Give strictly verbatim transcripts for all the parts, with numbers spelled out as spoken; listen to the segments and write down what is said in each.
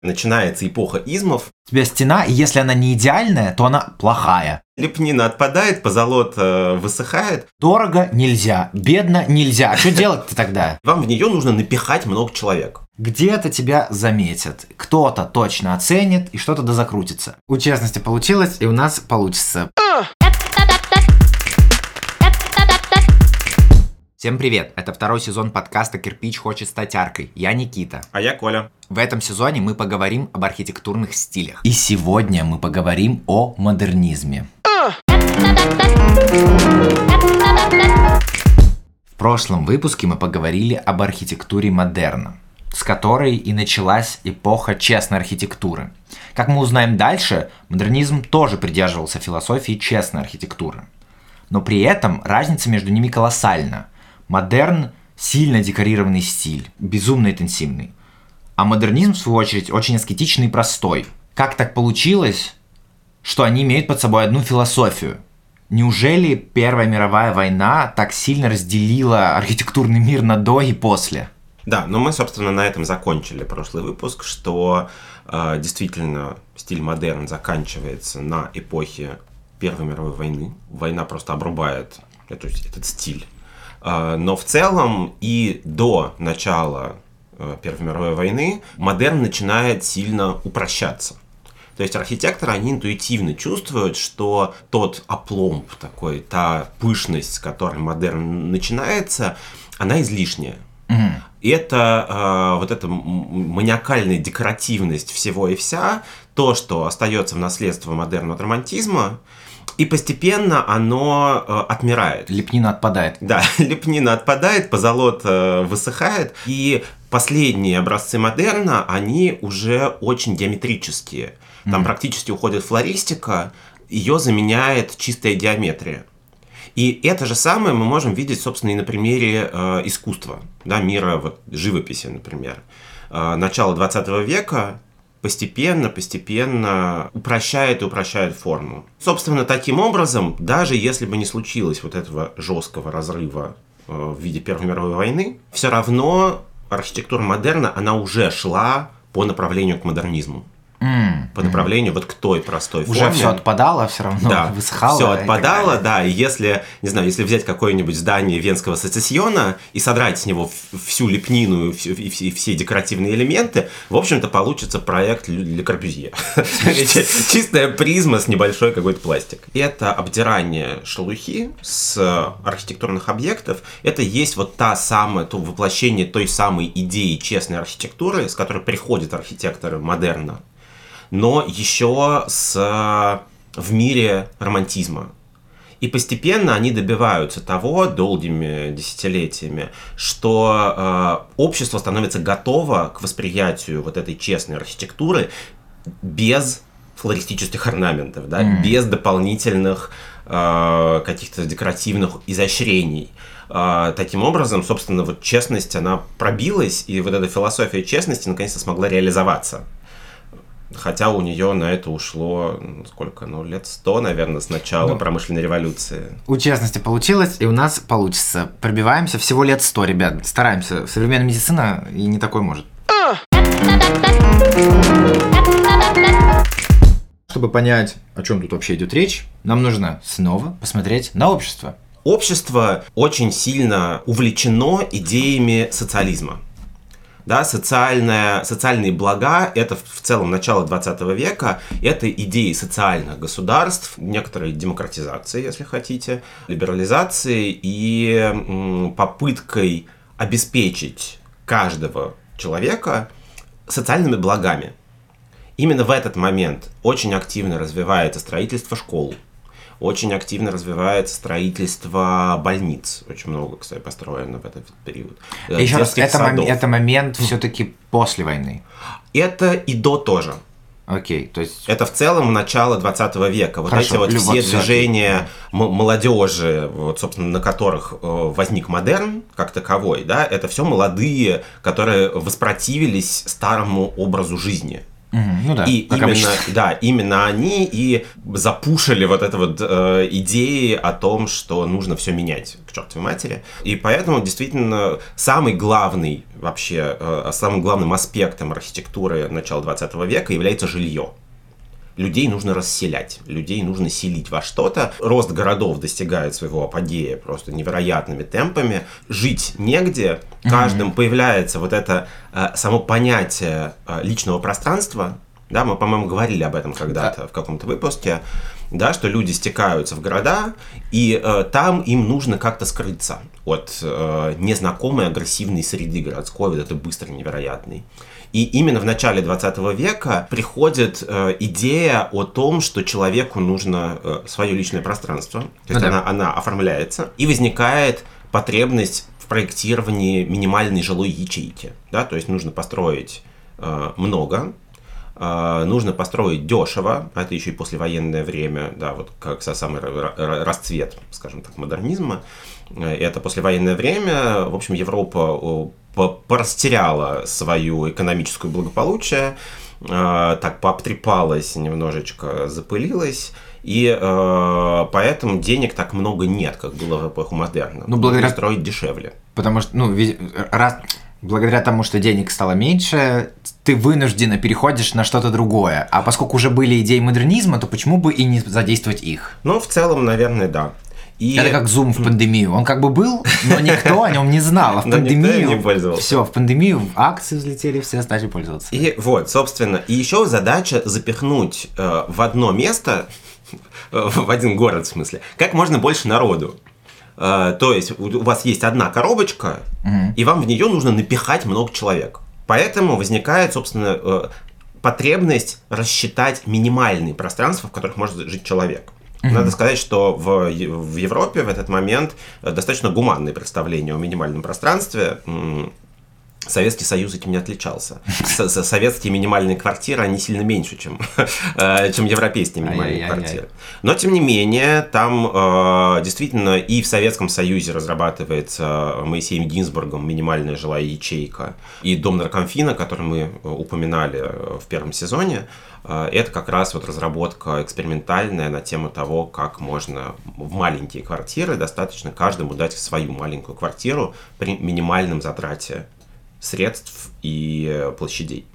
Начинается эпоха измов. У тебя стена, и если она не идеальная, то она плохая. Лепнина отпадает, позолота высыхает. Дорого нельзя, бедно нельзя. А что делать-то тогда? Вам в нее нужно напихать много человек. Где-то тебя заметят, кто-то точно оценит, и что-то да закрутится. У честности получилось, и у нас получится. Всем привет! Это второй сезон подкаста «Кирпич хочет стать аркой». Я Никита. А я Коля. В этом сезоне мы поговорим об архитектурных стилях. И сегодня мы поговорим о модернизме. В прошлом выпуске мы поговорили об архитектуре модерна, с которой и началась эпоха честной архитектуры. Как мы узнаем дальше, модернизм тоже придерживался философии честной архитектуры. Но при этом разница между ними колоссальна. Модерн – сильно декорированный стиль, безумно интенсивный. А модернизм, в свою очередь, очень аскетичный и простой. Как так получилось, что они имеют под собой одну философию? Неужели Первая мировая война так сильно разделила архитектурный мир на до и после? Да, но мы, собственно, на этом закончили прошлый выпуск, что э, действительно стиль модерн заканчивается на эпохе Первой мировой войны. Война просто обрубает эту, этот стиль. Э, но в целом и до начала э, Первой мировой войны модерн начинает сильно упрощаться. То есть архитекторы, они интуитивно чувствуют, что тот опломб такой, та пышность, с которой модерн начинается, она излишняя. Mm-hmm. И это э, вот эта маниакальная декоративность всего и вся, то, что остается в наследство модерна от романтизма, и постепенно оно э, отмирает. Лепнина отпадает. Да, лепнина отпадает, позолота высыхает, и последние образцы модерна, они уже очень геометрические. Там mm-hmm. практически уходит флористика, ее заменяет чистая геометрия. И это же самое мы можем видеть, собственно, и на примере э, искусства, да, мира вот, живописи, например. Э, начало двадцатого века постепенно, постепенно упрощает и упрощает форму. Собственно, таким образом, даже если бы не случилось вот этого жесткого разрыва э, в виде Первой мировой войны, все равно архитектура модерна, она уже шла по направлению к модернизму. Mm, по направлению mm. вот к той простой уже форме. Уже все отпадало, все равно да, высыхало. Все отпадало, и да. И если, не знаю, если взять какое-нибудь здание Венского сецессиона и содрать с него всю лепнину и все, и все, и все декоративные элементы, в общем-то, получится проект Ле Корбюзье. Чистая призма с небольшой какой-то пластик. Это обдирание шелухи с архитектурных объектов. Это есть вот та самая, то воплощение той самой идеи честной архитектуры, с которой приходят архитекторы модерна, но еще с, в мире романтизма. И постепенно они добиваются того, долгими десятилетиями, что э, общество становится готово к восприятию вот этой честной архитектуры без флористических орнаментов, да, mm. без дополнительных э, каких-то декоративных изощрений. Э, таким образом, собственно, вот честность, она пробилась, и вот эта философия честности наконец-то смогла реализоваться. Хотя у нее на это ушло, сколько, ну, лет сто, наверное, с начала ну, промышленной революции. У честности получилось, и у нас получится. Пробиваемся всего лет сто, ребят. Стараемся. Современная медицина и не такой может. Чтобы понять, о чем тут вообще идет речь, нам нужно снова посмотреть на общество. Общество очень сильно увлечено идеями социализма. Да, социальное, социальные блага – это в целом начало двадцатого века, это идеи социальных государств, некоторой демократизации, если хотите, либерализации и м, попыткой обеспечить каждого человека социальными благами. Именно в этот момент очень активно развивается строительство школ, очень активно развивается строительство больниц. Очень много, кстати, построено в этот период. Еще раз, это, мом- это момент все-таки после войны. Это и до тоже. Окей, то есть... Это в целом начало двадцатого века. Вот Хорошо, эти вот любовь, все движения м- молодежи, вот, собственно, на которых э, возник модерн как таковой, да, это все молодые, которые воспротивились старому образу жизни. Mm-hmm. Ну да, и именно, да, именно они и запушили вот это вот э, идеи о том, что нужно все менять к чертовой матери. И поэтому действительно самый главный вообще, э, самым главным аспектом архитектуры начала двадцатого века является жилье. Людей нужно расселять, людей нужно селить во что-то. Рост городов достигает своего апогея просто невероятными темпами. Жить негде. Каждым mm-hmm. появляется вот это э, само понятие э, личного пространства. Да, мы, по-моему, говорили об этом когда-то да. в каком-то выпуске. Да, что люди стекаются в города, и э, там им нужно как-то скрыться от э, незнакомой агрессивной среды городской, вот этой быстрой, невероятной. И именно в начале двадцатого века приходит э, идея о том, что человеку нужно э, свое личное пространство, то есть ну, она, да. она оформляется, и возникает потребность в проектировании минимальной жилой ячейки. Да? То есть нужно построить э, много, э, нужно построить дешево, а это еще и послевоенное время, да, вот как самый расцвет, скажем так, модернизма. Это послевоенное время, в общем, Европа порастеряла свое экономическое благополучие, так пообтрепалась немножечко, запылилась, и э, поэтому денег так много нет, как было в эпоху модерна. Ну, благодаря... строить дешевле. Потому что, ну, раз... благодаря тому, что денег стало меньше, ты вынужденно переходишь на что-то другое. А поскольку уже были идеи модернизма, то почему бы и не задействовать их? Ну, в целом, наверное, да. И... Это как Zoom в пандемию. Он как бы был, но никто о нем не знал. А в пандемию не пользовался. Все, в пандемию акции взлетели, все стали пользоваться. И вот, собственно, и еще задача запихнуть э, в одно место, э, в один город в смысле, как можно больше народу. Э, то есть у вас есть одна коробочка, угу. и вам в нее нужно напихать много человек. Поэтому возникает, собственно, э, потребность рассчитать минимальные пространства, в которых может жить человек. Надо сказать, что в, в Европе в этот момент достаточно гуманное представление о минимальном пространстве. Советский Союз этим не отличался. Советские минимальные квартиры, они сильно меньше, чем, чем европейские минимальные квартиры. Но, тем не менее, там действительно и в Советском Союзе разрабатывается Моисеем Гинзбургом минимальная жилая ячейка. И дом наркомфина, который мы упоминали в первом сезоне, это как раз вот разработка экспериментальная на тему того, как можно в маленькие квартиры достаточно каждому дать свою маленькую квартиру при минимальном затрате средств и площадей.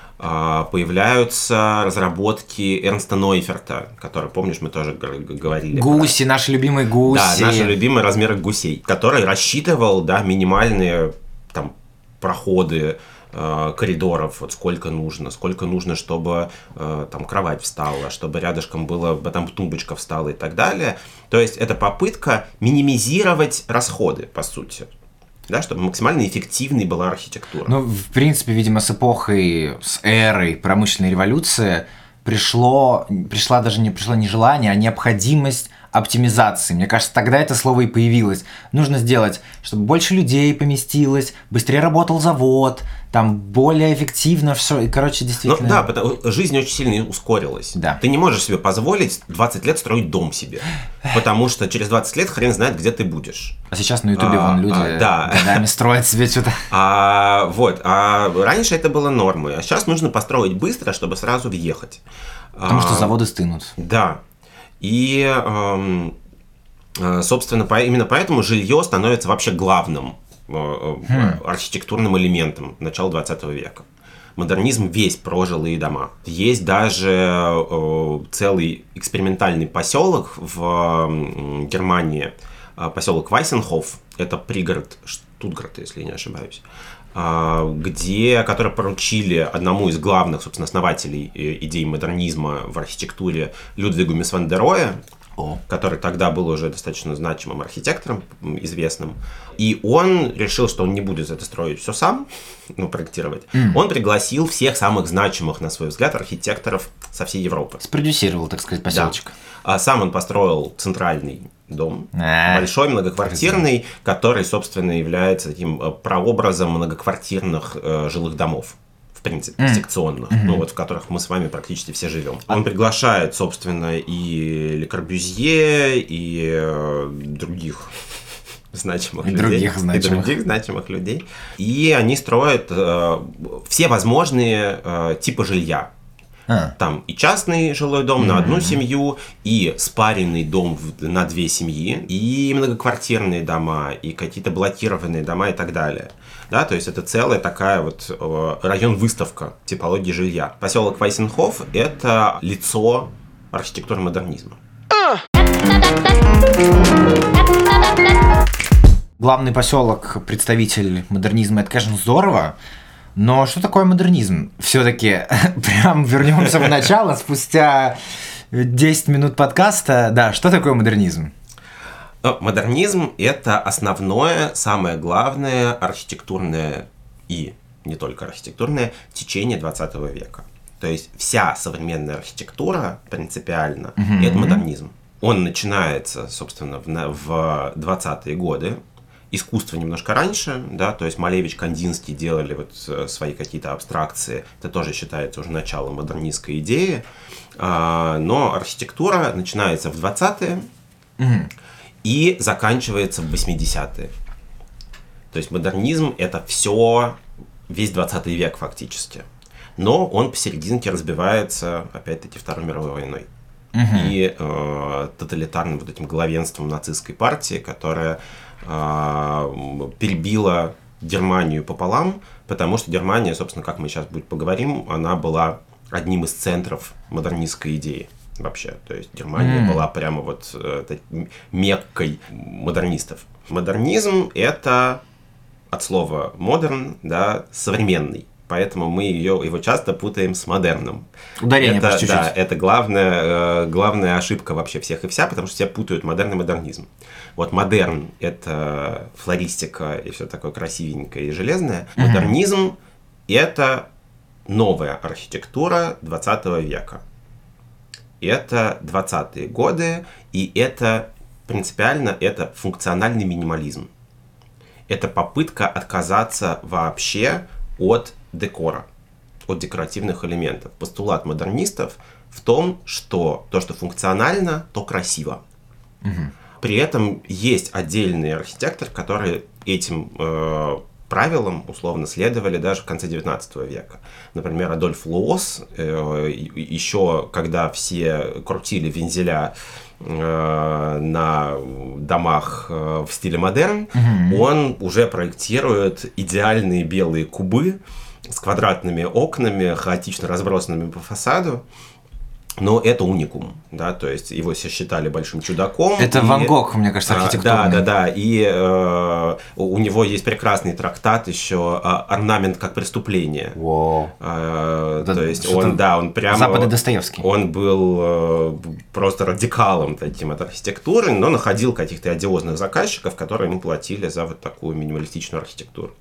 Появляются разработки Эрнста Нойферта, который, помнишь, мы тоже говорили. Гуси, про... наши любимые гуси. Да, наши любимые размеры гусей, который рассчитывал, да, минимальные там проходы коридоров, вот сколько нужно, сколько нужно, чтобы э, там кровать встала, чтобы рядышком было, там тумбочка встала и так далее. То есть это попытка минимизировать расходы, по сути. Да, чтобы максимально эффективной была архитектура. Ну, в принципе, видимо, с эпохой, с эрой промышленной революции пришло, пришла даже не пришло не желание, а необходимость оптимизации. Мне кажется, тогда это слово и появилось. Нужно сделать, чтобы больше людей поместилось, быстрее работал завод, там более эффективно все. И, короче, действительно... Ну, да, потому, жизнь очень сильно ускорилась. Да. Ты не можешь себе позволить двадцать лет строить дом себе, потому что через двадцать лет хрен знает, где ты будешь. А сейчас на Ютубе вон люди а, да. годами строят себе что-то. А, вот, а раньше это было нормой, а сейчас нужно построить быстро, чтобы сразу въехать. Потому а, что заводы стынут. Да. И, эм, собственно, по, именно поэтому жилье становится вообще главным э, хм. архитектурным элементом начала двадцатого века. Модернизм весь про жилые дома. Есть даже э, целый экспериментальный поселок в э, Германии, э, поселок Вайсенхоф, это пригород Штутгарта, если я не ошибаюсь, где, которые поручили одному из главных, собственно, основателей идей модернизма в архитектуре Людвигу Мис ван дер Рое, О. который тогда был уже достаточно значимым архитектором, известным. И он решил, что он не будет это строить все сам, ну, проектировать. Mm. Он пригласил всех самых значимых, на свой взгляд, архитекторов со всей Европы. Спродюсировал, так сказать, поселочек. Да. А сам он построил центральный дом, а-а-а. большой, многоквартирный, который, собственно, является таким прообразом многоквартирных э, жилых домов, в принципе, mm. секционных, mm-hmm. ну вот в которых мы с вами практически все живем. Он приглашает, собственно, и Ле Корбюзье, и э, других значимых и людей. Других значимых. И других значимых людей. И они строят э, все возможные э, типы жилья. А. Там и частный жилой дом mm-hmm. на одну семью, и спаренный дом на две семьи, и многоквартирные дома, и какие-то блокированные дома и так далее. Да, то есть это целая такая вот э, район-выставка типологии жилья. Поселок Вайсенхоф – это лицо архитектуры модернизма. Главный поселок, представитель модернизма, это, конечно, здорово. Но что такое модернизм? Все-таки прям вернемся в начало, спустя десять минут подкаста. Да, что такое модернизм? Модернизм – это основное, самое главное архитектурное и не только архитектурное течение двадцатого века. То есть вся современная архитектура принципиально mm-hmm. – это модернизм. Он начинается, собственно, в двадцатые годы. Искусство немножко раньше, да, то есть Малевич, Кандинский делали вот свои какие-то абстракции, это тоже считается уже началом модернистской идеи, но архитектура начинается в двадцатые mm-hmm. и заканчивается в восьмидесятые. То есть модернизм – это все, весь двадцатый век фактически, но он посерединке разбивается, опять-таки, Второй мировой войной. Mm-hmm. И э, тоталитарным вот этим главенством нацистской партии, которая перебила Германию пополам, потому что Германия, собственно, как мы сейчас будет поговорим, она была одним из центров модернистской идеи вообще. То есть Германия mm. была прямо вот э, меккой модернистов. Модернизм – это от слова «модерн», да, современный. Поэтому мы ее, его часто путаем с модерном. Ударение это, чуть-чуть. Да, это главная, главная ошибка вообще всех и вся, потому что все путают модерн и модернизм. Вот модерн – это флористика и все такое красивенькое и железное. Mm-hmm. Модернизм – это новая архитектура двадцатого века. Это двадцатые годы, и это принципиально это функциональный минимализм. Это попытка отказаться вообще от декора, от декоративных элементов. Постулат модернистов в том, что то, что функционально, то красиво. Угу. При этом есть отдельные архитекторы, которые этим э, правилам условно следовали даже в конце девятнадцатого века. Например, Адольф Лоос, э, еще когда все крутили вензеля э, на домах э, в стиле модерн, угу. он уже проектирует идеальные белые кубы с квадратными окнами, хаотично разбросанными по фасаду. Но это уникум, да, то есть его все считали большим чудаком. Это и, Ван Гог, мне кажется, архитектурный. Да, да, да, и э, у него есть прекрасный трактат еще «Орнамент как преступление». Wow. Э, то есть он, да, он прямо... Запад и Достоевский. Он был э, просто радикалом таким от архитектуры, но находил каких-то одиозных заказчиков, которые ему платили за вот такую минималистичную архитектуру.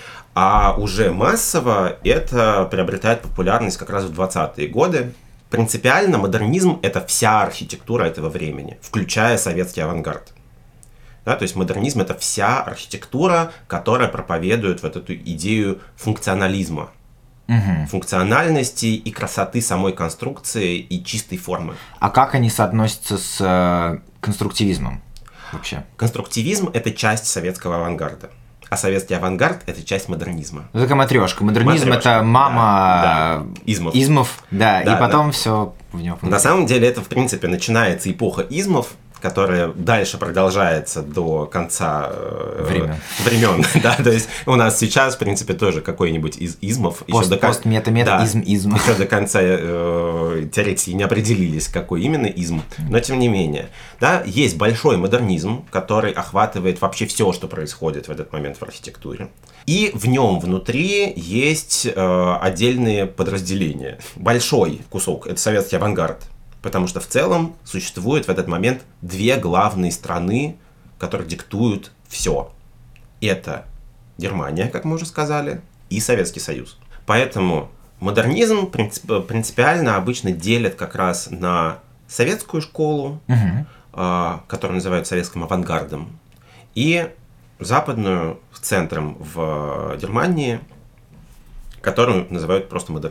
А уже массово это приобретает популярность как раз в двадцатые годы. Принципиально модернизм – это вся архитектура этого времени, включая советский авангард. Да, то есть модернизм – это вся архитектура, которая проповедует вот эту идею функционализма, угу. функциональности и красоты самой конструкции и чистой формы. А как они соотносятся с э, конструктивизмом вообще? Конструктивизм – это часть советского авангарда. А советский авангард – это часть модернизма. Ну, такая матрешка. Модернизм – это мама да, да. измов. измов, да, да, и потом да. все в него. На самом деле это, в принципе, начинается эпоха измов, которая дальше продолжается до конца э, времен. времен. Да, то есть у нас сейчас, в принципе, тоже какой-нибудь из измов. Пост, еще пост, до, мета, мета, да, изм, изм. Еще до конца э, теоретики не определились, какой именно изм. Но тем не менее, да, есть большой модернизм, который охватывает вообще все, что происходит в этот момент в архитектуре. И в нем внутри есть э, отдельные подразделения. Большой кусок – это советский авангард. Потому что в целом существует в этот момент две главные страны, которые диктуют все. Это Германия, как мы уже сказали, и Советский Союз. Поэтому модернизм принцип, принципиально обычно делят как раз на советскую школу, угу. э, которую называют советским авангардом, и западную с центром в Германии, которую называют просто модернизм.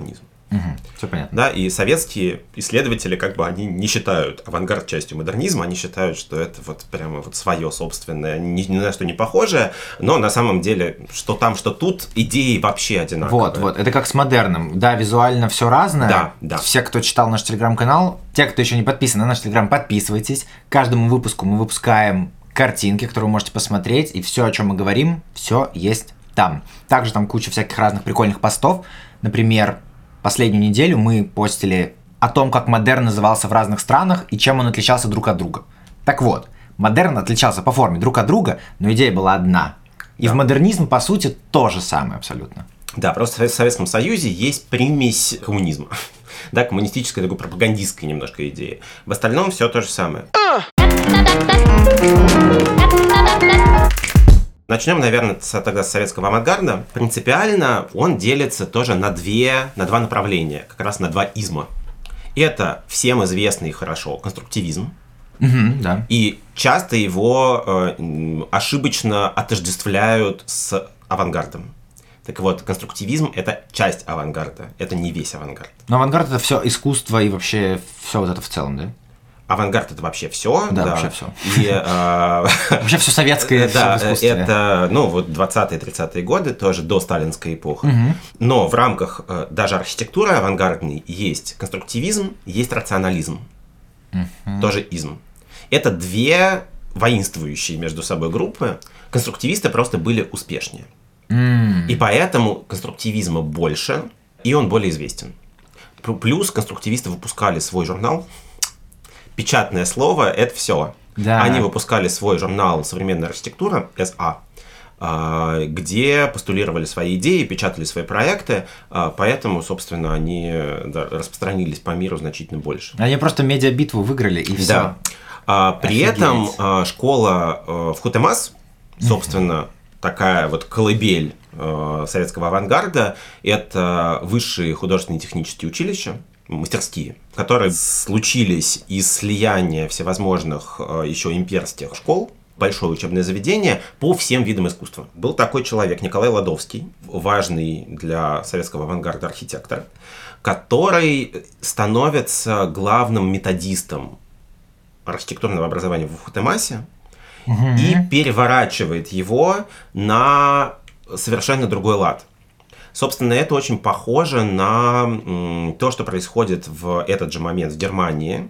Угу, все понятно. Да, и советские исследователи, как бы, они не считают авангард частью модернизма, они считают, что это вот прямо вот свое собственное, ни, ни на что не похожее, но на самом деле, что там, что тут, идеи вообще одинаковые. Вот, вот, это как с модерном. Да, визуально все разное. Да, да. Все, кто читал наш телеграм-канал, те, кто еще не подписан на наш телеграм, подписывайтесь. К каждому выпуску мы выпускаем картинки, которые вы можете посмотреть, и все, о чем мы говорим, все есть там. Также там куча всяких разных прикольных постов. Например, последнюю неделю мы постили о том, как модерн назывался в разных странах и чем он отличался друг от друга. Так вот, модерн отличался по форме друг от друга, но идея была одна. И да. в модернизм, по сути, то же самое абсолютно. Да, просто в Советском Союзе есть примесь коммунизма. Да, коммунистическая, такой пропагандистская немножко идея. В остальном все то же самое. Начнем, наверное, тогда с советского авангарда. Принципиально он делится тоже на, две, на два направления, как раз на два изма. Это всем известный хорошо конструктивизм. Угу, да. И часто его э, ошибочно отождествляют с авангардом. Так вот, конструктивизм – это часть авангарда, это не весь авангард. Но авангард – это все искусство и вообще все вот это в целом, да? Авангард – это вообще все. Да, да. вообще все. И, э, вообще все советское, да, все в искусстве. Это, ну, вот двадцатые-тридцатые годы, тоже до сталинской эпохи. Угу. Но в рамках э, даже архитектуры авангардной есть конструктивизм, есть рационализм. Угу. Тоже изм. Это две воинствующие между собой группы. Конструктивисты просто были успешнее. Mm. И поэтому конструктивизма больше, и он более известен. Плюс конструктивисты выпускали свой журнал. Печатное слово – это все. Да. Они выпускали свой журнал «Современная архитектура» эс а, где постулировали свои идеи, печатали свои проекты, поэтому, собственно, они да, распространились по миру значительно больше. Они просто медиабитву выиграли, и все. Да. А, при Офигеть. этом школа в Хутемас, собственно, mm-hmm. такая вот колыбель э, советского авангарда, это высшие художественные технические училища, мастерские, которые случились из слияния всевозможных э, еще имперских школ, большое учебное заведение по всем видам искусства. Был такой человек, Николай Ладовский, важный для советского авангарда архитектор, который становится главным методистом архитектурного образования в Хутемасе, угу. и переворачивает его на совершенно другой лад. Собственно, это очень похоже на м, то, что происходит в этот же момент в Германии.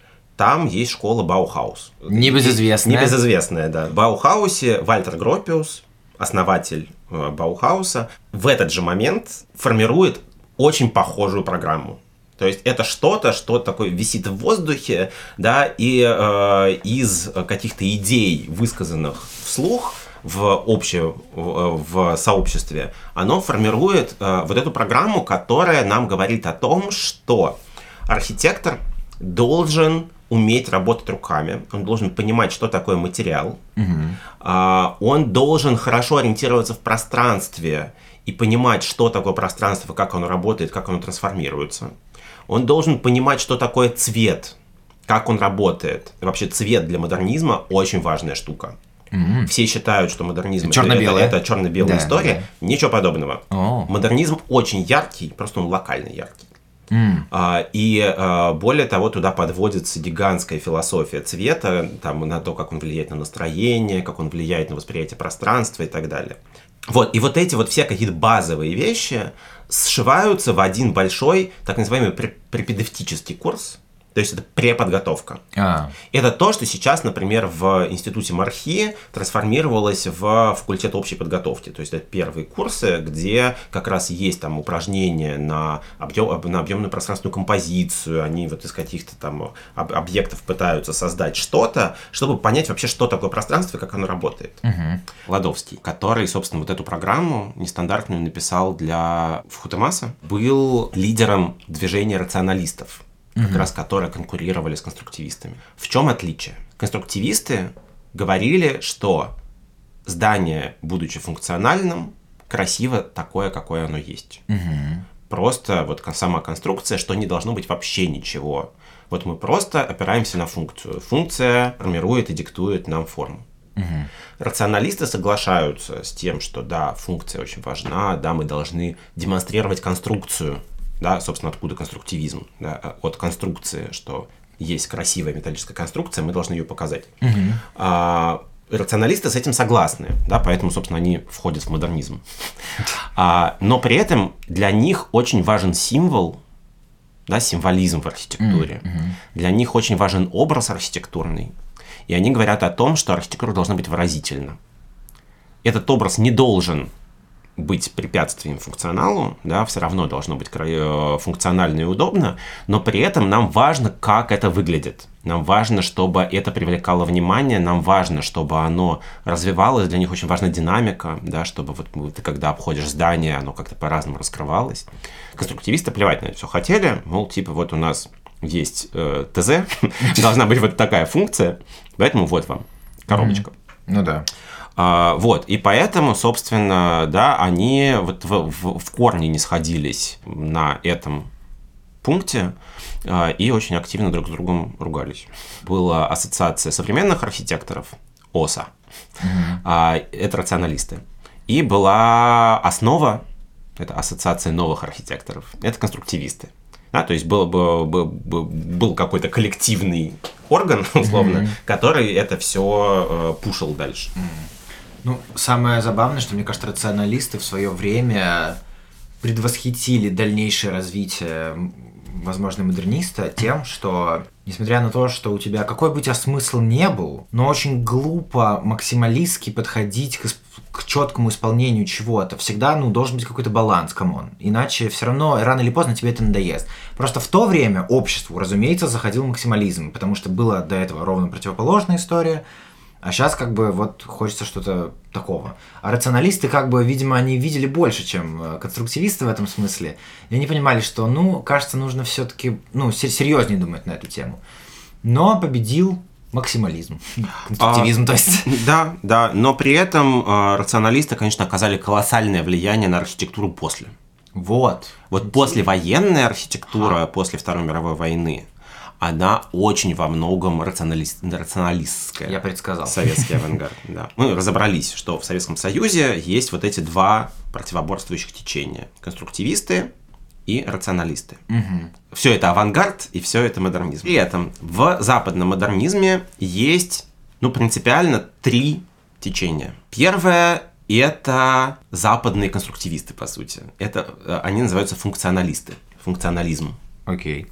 Там есть школа Баухаус. Небезызвестная. Небезызвестная, да. В Баухаусе Вальтер Гропиус, основатель э, Баухауса, в этот же момент формирует очень похожую программу. То есть это что-то, что такое висит в воздухе, да, и э, из каких-то идей, высказанных вслух в общем, в, в сообществе, оно формирует э, вот эту программу, которая нам говорит о том, что архитектор должен уметь работать руками, он должен понимать, что такое материал, угу. э, он должен хорошо ориентироваться в пространстве и понимать, что такое пространство, как оно работает, как оно трансформируется. Он должен понимать, что такое цвет, как он работает. И вообще цвет для модернизма очень важная штука. Mm-hmm. Все считают, что модернизм это, это, это черно-белая да, история. Да. Ничего подобного. Oh. Модернизм очень яркий, просто он локально яркий. Mm. А, и а, более того, туда подводится гигантская философия цвета, там, на то, как он влияет на настроение, как он влияет на восприятие пространства и так далее. Вот, и вот эти вот все какие-то базовые вещи сшиваются в один большой, так называемый препедевтический курс. То есть это преподготовка. А. Это то, что сейчас, например, в Институте Мархи трансформировалось в факультет общей подготовки. То есть это первые курсы, где как раз есть там упражнения на, объем, на объемную пространственную композицию. Они вот из каких-то там объектов пытаются создать что-то, чтобы понять вообще, что такое пространство и как оно работает. Угу. Ладовский, который, собственно, вот эту программу нестандартную написал для Хутемаса, был лидером движения рационалистов. Как угу. раз которые конкурировали с конструктивистами. В чем отличие? Конструктивисты говорили, что здание, будучи функциональным, красиво такое, какое оно есть. Угу. Просто вот сама конструкция, что не должно быть вообще ничего. Вот мы просто опираемся на функцию. Функция формирует и диктует нам форму. Угу. Рационалисты соглашаются с тем, что да, функция очень важна, да, мы должны демонстрировать конструкцию. да, собственно, откуда конструктивизм, да, от конструкции, что есть красивая металлическая конструкция, мы должны ее показать. Угу. А, рационалисты с этим согласны, да, поэтому, собственно, они входят в модернизм. А, но при этом для них очень важен символ, да, символизм в архитектуре. Mm-hmm. Для них очень важен образ архитектурный. И они говорят о том, что архитектура должна быть выразительна. Этот образ не должен быть препятствием функционалу, да, все равно должно быть функционально и удобно, но при этом нам важно, как это выглядит. Нам важно, чтобы это привлекало внимание, нам важно, чтобы оно развивалось, для них очень важна динамика, да, чтобы вот ты, когда обходишь здание, оно как-то по-разному раскрывалось. Конструктивисты плевать на это все хотели, мол, типа, вот у нас есть э, ТЗ, должна быть вот такая функция, поэтому вот вам коробочка. Ну да. А, вот, и поэтому, собственно, да, они вот в, в, в корне не сходились на этом пункте а, и очень активно друг с другом ругались. Была ассоциация современных архитекторов, ОСА, mm-hmm. а, это рационалисты, и была основа, это ассоциация новых архитекторов, это конструктивисты. Да, то есть был, был, был, был какой-то коллективный орган, условно, mm-hmm. который это все э, пушил дальше. Mm-hmm. Ну, самое забавное, что, мне кажется, рационалисты в свое время предвосхитили дальнейшее развитие, возможно, модерниста тем, что, несмотря на то, что у тебя какой бы у тебя смысл не был, но очень глупо максималистски подходить к, к четкому исполнению чего-то. Всегда, ну, должен быть какой-то баланс, камон. Иначе все равно рано или поздно тебе это надоест. Просто в то время обществу, разумеется, заходил максимализм, потому что была до этого ровно противоположная история. А сейчас как бы вот хочется что-то такого. А рационалисты как бы, видимо, они видели больше, чем конструктивисты в этом смысле. И они понимали, что, ну, кажется, нужно все-таки, ну, серьезнее думать на эту тему. Но победил максимализм. Конструктивизм, а, то есть. Да, да. Но при этом э, рационалисты, конечно, оказали колоссальное влияние на архитектуру после. Вот. Вот послевоенная архитектура, а. после Второй мировой войны, она очень во многом рационалист, рационалистская. Я предсказал. Советский авангард, да. Мы разобрались, что в Советском Союзе есть вот эти два противоборствующих течения. Конструктивисты и рационалисты. Угу. Все это авангард и все это модернизм. При этом в западном модернизме есть, ну, принципиально три течения. Первое – это западные конструктивисты, по сути. Это, они называются функционалисты. Функционализм. Окей.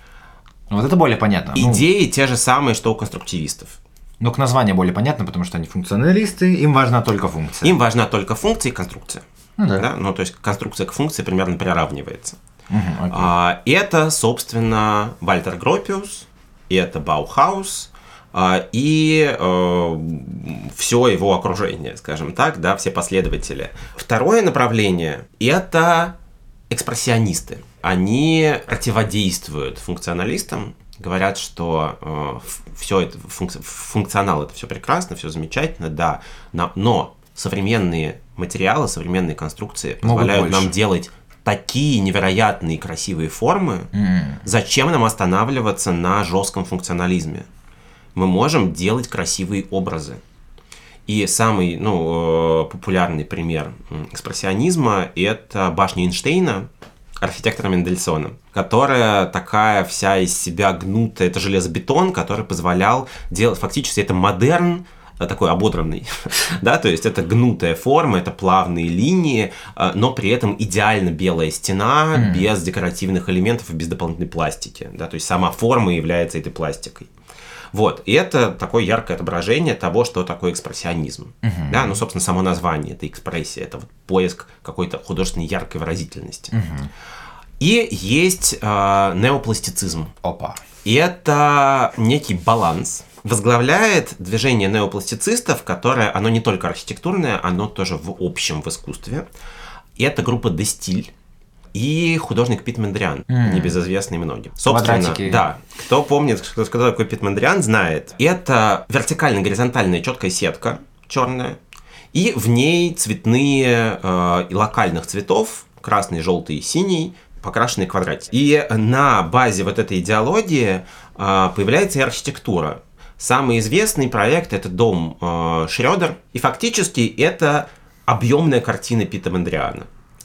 Вот это более понятно. Идеи ну, те же самые, что у конструктивистов. Но к названию более понятно, потому что они функционалисты, им важна только функция. Им важна только функция и конструкция. Ну, да. Да? Ну, то есть конструкция к функции примерно приравнивается. Угу, а, это, собственно, Вальтер Гропиус, это Баухаус а, и а, все его окружение, скажем так, да, все последователи. Второе направление – это экспрессионисты. Они противодействуют функционалистам, говорят, что э, все это, функ, функционал это все прекрасно, все замечательно, да, но, но современные материалы, современные конструкции позволяют нам делать такие невероятные красивые формы. Mm. Зачем нам останавливаться на жестком функционализме? Мы можем делать красивые образы. И самый ну, популярный пример экспрессионизма – это башня Эйнштейна, архитектора Мендельсона, которая такая вся из себя гнутая, это железобетон, который позволял делать, фактически это модерн, такой ободранный, да, то есть это гнутая форма, это плавные линии, но при этом идеально белая стена, mm. без декоративных элементов и без дополнительной пластики, да, то есть сама форма является этой пластикой. Вот, и это такое яркое отображение того, что такое экспрессионизм. Uh-huh. Да, ну, собственно, само название, это экспрессия, это вот поиск какой-то художественной яркой выразительности. Uh-huh. И есть э, неопластицизм. Опа. И это некий баланс. Возглавляет движение неопластицистов, которое, оно не только архитектурное, оно тоже в общем в искусстве. И это группа Де Стиль. И художник Пит Мондриан, mm. небезызвестный многим. Собственно, квадратики. Да, кто помнит, кто, кто такой Пит Мондриан, знает. Это вертикально-горизонтальная четкая сетка черная, и в ней цветные э, локальных цветов, красный, желтый, синий, покрашенные квадратики. И на базе вот этой идеологии э, появляется и архитектура. Самый известный проект – это дом э, Шрёдер, и фактически это объемная картина Пита Мондриана.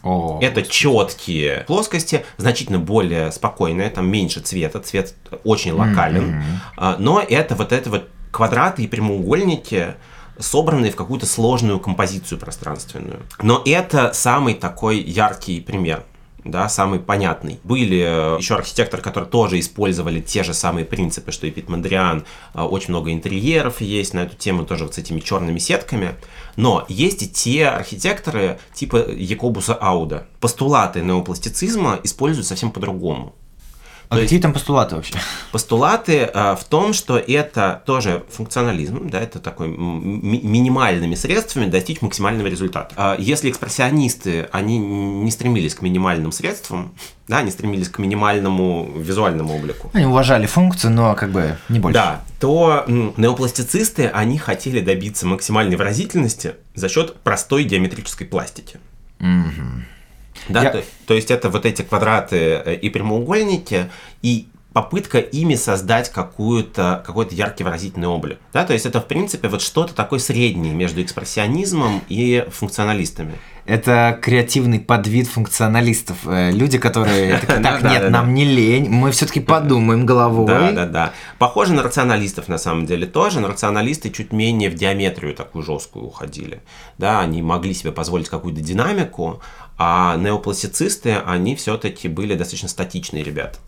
О, это четкие плоскости, значительно более спокойные, там меньше цвета, цвет очень локален, mm-hmm. но это вот это вот квадраты и прямоугольники, собранные в какую-то сложную композицию пространственную. Но это самый такой яркий пример. Да, самый понятный. Были еще архитекторы, которые тоже использовали те же самые принципы, что и Пит Мондриан. Очень много интерьеров есть на эту тему, тоже вот с этими черными сетками. Но есть и те архитекторы типа Якобуса Ауда. Постулаты неопластицизма используют совсем по-другому. А То какие есть, там постулаты вообще? Постулаты а, в том, что это тоже функционализм, да, это такой ми- минимальными средствами достичь максимального результата. А, если экспрессионисты, они не стремились к минимальным средствам, да, они стремились к минимальному визуальному облику. Они уважали функцию, но как бы не больше. Да, то м, неопластицисты, они хотели добиться максимальной выразительности за счет простой геометрической пластики. Угу. Да, Я... то, то есть это вот эти квадраты и прямоугольники, и попытка ими создать какую-то, какой-то яркий выразительный облик. Да, то есть это, в принципе, вот что-то такое среднее между экспрессионизмом и функционалистами. Это креативный подвид функционалистов. Люди, которые так, нет, нам не лень, мы все-таки подумаем головой. Да, да, да. Похоже на рационалистов на самом деле тоже, но рационалисты чуть менее в геометрию такую жесткую уходили. Да, они могли себе позволить какую-то динамику, а неопластицисты, они все-таки были достаточно статичные ребята.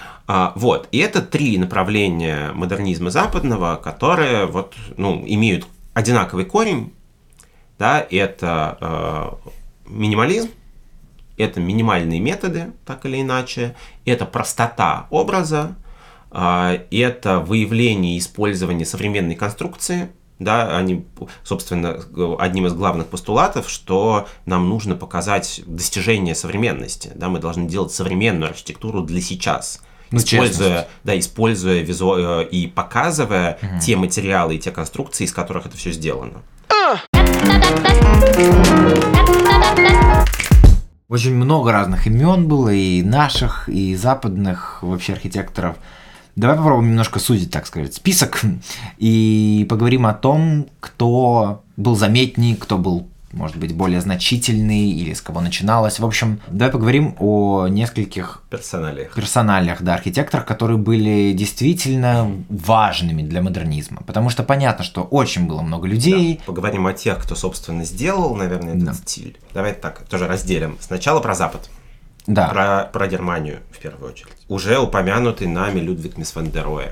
А, вот, и это три направления модернизма западного, которые вот, ну, имеют одинаковый корень. Да, это э, минимализм, это минимальные методы, так или иначе, это простота образа, э, это выявление и использование современной конструкции. Да, они, собственно, одним из главных постулатов, что нам нужно показать достижение современности. Да, мы должны делать современную архитектуру для сейчас. Ну, используя, да, используя визу... и показывая угу. те материалы и те конструкции, из которых это все сделано. Очень много разных имен было, и наших, и западных вообще архитекторов. Давай попробуем немножко сузить, так сказать, список, и поговорим о том, кто был заметней, кто был, может быть, более значительный, или с кого начиналось. В общем, давай поговорим о нескольких персоналиях, персоналиях, да, архитекторах, которые были действительно важными для модернизма. Потому что понятно, что очень было много людей. Да, поговорим о тех, кто, собственно, сделал, наверное, этот да. стиль. Давай так, тоже разделим. Сначала про Запад. Да. Про, про Германию, в первую очередь. Уже упомянутый нами Людвиг Мис ван дер Роhe.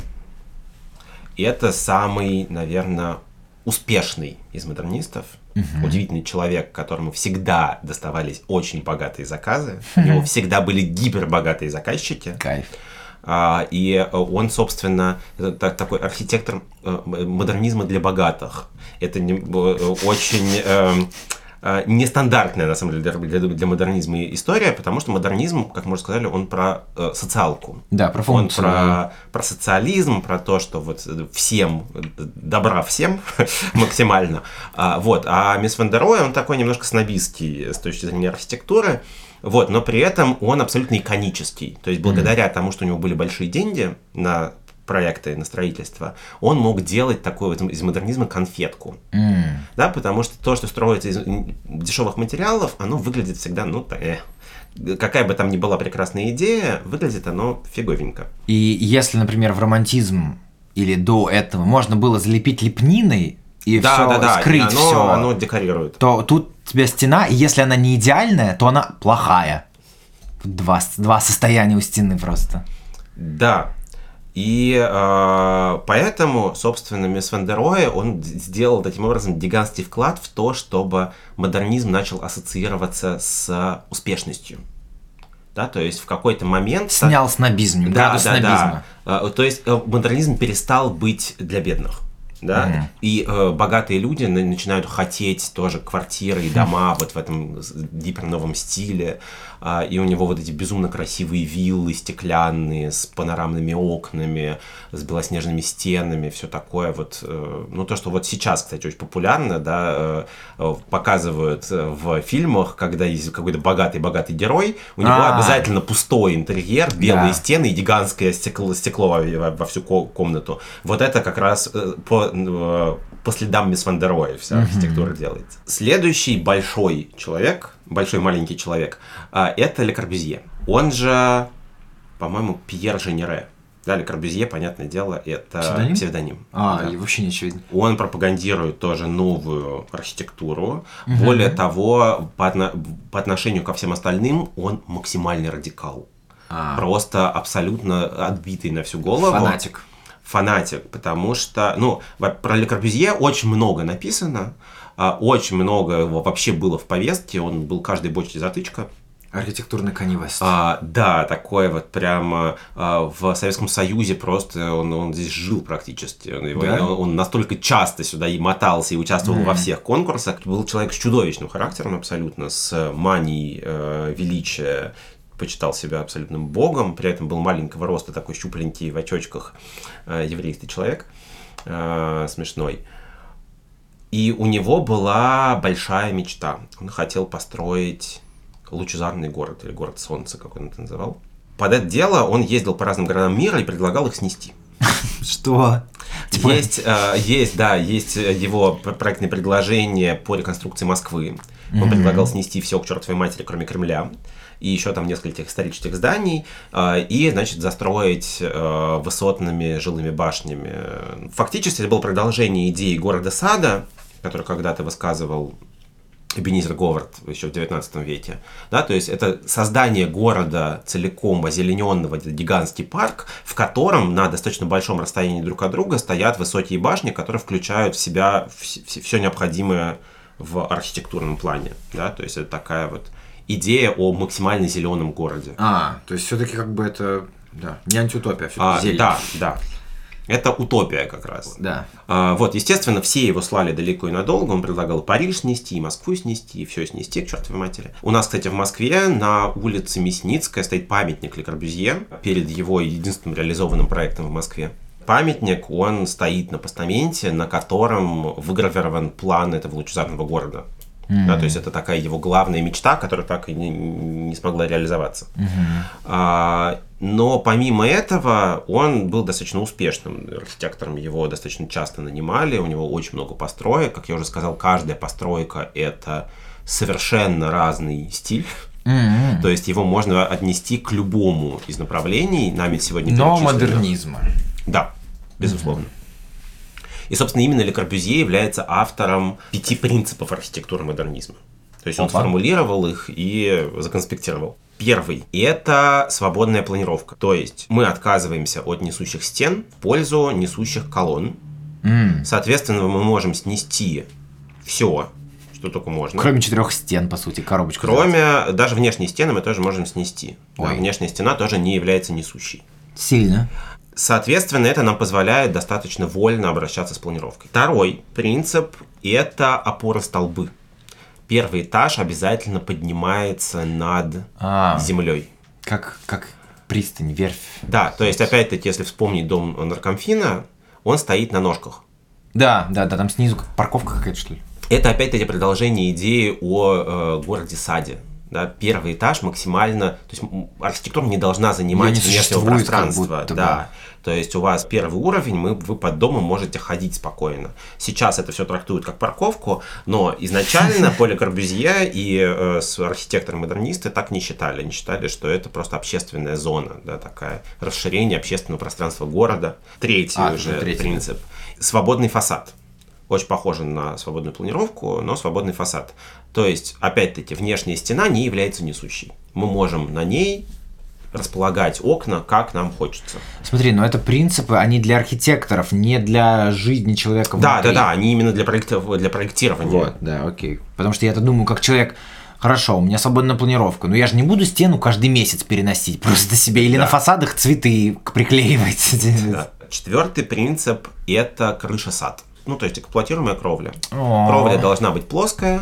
И это самый, наверное, успешный из модернистов. Угу. Удивительный человек, которому всегда доставались очень богатые заказы. У него всегда были гипербогатые заказчики. Кайф. А, и он, собственно, такой архитектор модернизма для богатых. Это не, очень... Э, нестандартная, на самом деле, для, для модернизма история, потому что модернизм, как мы уже сказали, он про э, социалку. Да, про функцию. Он про, про социализм, про то, что вот всем, добра всем максимально. А, вот. А Мис ван дер Роhe, он такой немножко снобистский с точки зрения архитектуры, вот, но при этом он абсолютно иконический. То есть благодаря mm-hmm. тому, что у него были большие деньги на проекты, на строительство, он мог делать такой вот из модернизма конфетку. Mm. Да, потому что то, что строится из дешевых материалов, оно выглядит всегда, ну, э, какая бы там ни была прекрасная идея, выглядит оно фиговенько. И если, например, в романтизм или до этого можно было залепить лепниной и да, все да, да, скрыть, оно, все, оно декорирует. То тут у тебя стена, и если она не идеальная, то она плохая. Два, два состояния у стены просто. Да. И э, поэтому, собственно, Мис ван дер Роhe, он сделал таким образом гигантский вклад в то, чтобы модернизм начал ассоциироваться с успешностью. Да, то есть в какой-то момент... Снял снобизм, да, градус да, снобизма. Да. То есть модернизм перестал быть для бедных. Да? Mm-hmm. И э, богатые люди начинают хотеть тоже квартиры и дома mm-hmm. вот в этом гиперновом стиле. А, и у него вот эти безумно красивые виллы стеклянные с панорамными окнами, с белоснежными стенами, все такое вот. Э, ну, то, что вот сейчас, кстати, очень популярно, да, э, показывают в фильмах, когда есть какой-то богатый-богатый герой, у него А-а-а. обязательно пустой интерьер, белые да. стены и гигантское стекло, стекло во, во всю комнату. Вот это как раз э, по по следам мисс Ван дер Рой вся архитектура mm-hmm. делается. Следующий большой человек, большой маленький человек, это Ле Корбюзье. Он же, по-моему, Пьер Женере. Да, Ле Корбюзье, понятное дело, это псевдоним. псевдоним. А, да. И вообще ничего видно. Он пропагандирует тоже новую архитектуру. Угу. Более того, по, отно- по отношению ко всем остальным, он максимальный радикал. А. Просто абсолютно отбитый на всю голову. Фанатик. Фанатик, потому что, ну, про Ле Корбюзье очень много написано, очень много его вообще было в повестке, он был каждой бочке затычка. Архитектурный Канье Уэст. А, да, такой вот прямо а, в Советском Союзе просто он, он здесь жил практически. Он, его, да? он, он настолько часто сюда и мотался, и участвовал mm-hmm. во всех конкурсах. Был человек с чудовищным характером абсолютно, с манией э, величия. Почитал себя абсолютным богом, при этом был маленького роста, такой щупленький в очочках э, еврейский человек, э, смешной. И у него была большая мечта. Он хотел построить лучезарный город, или город солнца, как он это называл. Под это дело он ездил по разным городам мира и предлагал их снести. Что? Есть, есть, да, есть его проектные предложения по реконструкции Москвы. Он предлагал снести все к чертовой матери, кроме Кремля. И еще там нескольких исторических зданий, и, значит, застроить высотными жилыми башнями. Фактически это было продолжение идеи города-сада, который когда-то высказывал Эбенизер Говард еще в девятнадцатом веке. Да, то есть это создание города целиком озелененного, это гигантский парк, в котором на достаточно большом расстоянии друг от друга стоят высокие башни, которые включают в себя все необходимое в архитектурном плане. Да, то есть это такая вот идея о максимально зеленом городе. А, то есть все-таки как бы это, да, не антиутопия, а все-таки а, зелень. Да, да. Это утопия как раз. Да. А, вот, естественно, все его слали далеко и надолго. Он предлагал Париж снести, и Москву снести, и все снести к чертовой матери. У нас, кстати, в Москве на улице Мясницкая стоит памятник Ле Корбюзье перед его единственным реализованным проектом в Москве. Памятник, он стоит на постаменте, на котором выгравирован план этого лучезарного города. Mm-hmm. Да, то есть это такая его главная мечта, которая так и не, не смогла реализоваться. Mm-hmm. А, но помимо этого он был достаточно успешным архитектором, его достаточно часто нанимали, у него очень много построек. Как я уже сказал, каждая постройка — это совершенно разный стиль. Mm-hmm. То есть его можно отнести к любому из направлений, нами сегодня но модернизма. Да, безусловно. Mm-hmm. И, собственно, именно Ле Корбюзье является автором пяти принципов архитектуры модернизма. То есть он Опа. сформулировал их и законспектировал. Первый – это свободная планировка. То есть мы отказываемся от несущих стен в пользу несущих колонн. Mm. Соответственно, мы можем снести все, что только можно. Кроме четырех стен, по сути, коробочку. Кроме, взять. Даже внешние стены мы тоже можем снести. Да, внешняя стена тоже не является несущей. Сильно. Соответственно, это нам позволяет достаточно вольно обращаться с планировкой. Второй принцип – это опоры-столбы. Первый этаж обязательно поднимается над а, землей. Как, как пристань, верфь. Да, то есть, опять-таки, если вспомнить дом наркомфина, он стоит на ножках. Да, да, да, там снизу парковка какая-то, что ли? Это, опять-таки, продолжение идеи о э, городе-саде. Да, первый этаж максимально, то есть архитектура не должна занимать не внешнего пространства, да. То есть у вас первый уровень, мы, вы под домом можете ходить спокойно. Сейчас это все трактуют как парковку, но изначально по Ле Корбюзье и э, архитекторы-модернисты так не считали. Они считали, что это просто общественная зона, да, такая расширение общественного пространства города. Третий а, уже третий, принцип. Да. Свободный фасад. Очень похоже на свободную планировку, но свободный фасад. То есть, опять-таки, внешняя стена не является несущей. Мы можем на ней располагать окна, как нам хочется. Смотри, но это принципы, они для архитекторов, не для жизни человека внутри. Да, да, да, они именно для, проекти... для проектирования. Вот, да, окей. Потому что я-то думаю, как человек... Хорошо, у меня свободная планировка, но я же не буду стену каждый месяц переносить просто себе или да. на фасадах цветы приклеивать. Да. Четвертый принцип – это крыша-сад. Ну, то есть эксплуатируемая кровля. О-о-о. Кровля должна быть плоская.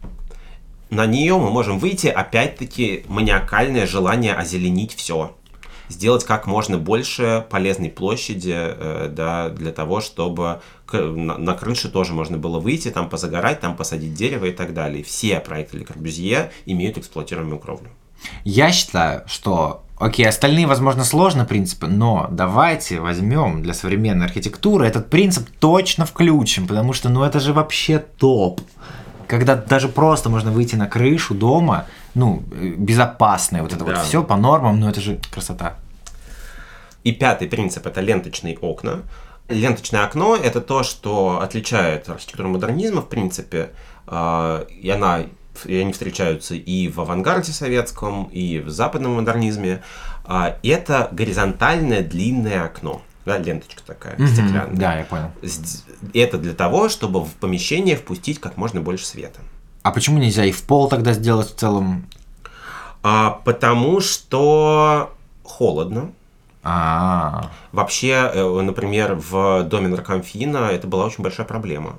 На нее мы можем выйти, опять-таки, маниакальное желание озеленить все. Сделать как можно больше полезной площади, э, да, для того, чтобы к- на-, на крыше тоже можно было выйти, там позагорать, там посадить дерево и так далее. Все проекты Ле Корбюзье имеют эксплуатируемую кровлю. Я считаю, что Окей, остальные, возможно, сложно принципы, но давайте возьмем для современной архитектуры этот принцип точно включим, потому что, ну, это же вообще топ. Когда даже просто можно выйти на крышу дома, ну, безопасное, вот это да. вот все по нормам, ну, это же красота. И пятый принцип – это ленточные окна. Ленточное окно – это то, что отличает архитектуру модернизма, в принципе, и она... И они встречаются и в авангарде советском, и в западном модернизме. Это горизонтальное длинное окно. Да, ленточка такая, mm-hmm. стеклянная. Да, я понял. Это для того, чтобы в помещение впустить как можно больше света. А почему нельзя и в пол тогда сделать в целом? А, потому что холодно. А-а-а. Вообще, например, в доме наркомфина это была очень большая проблема.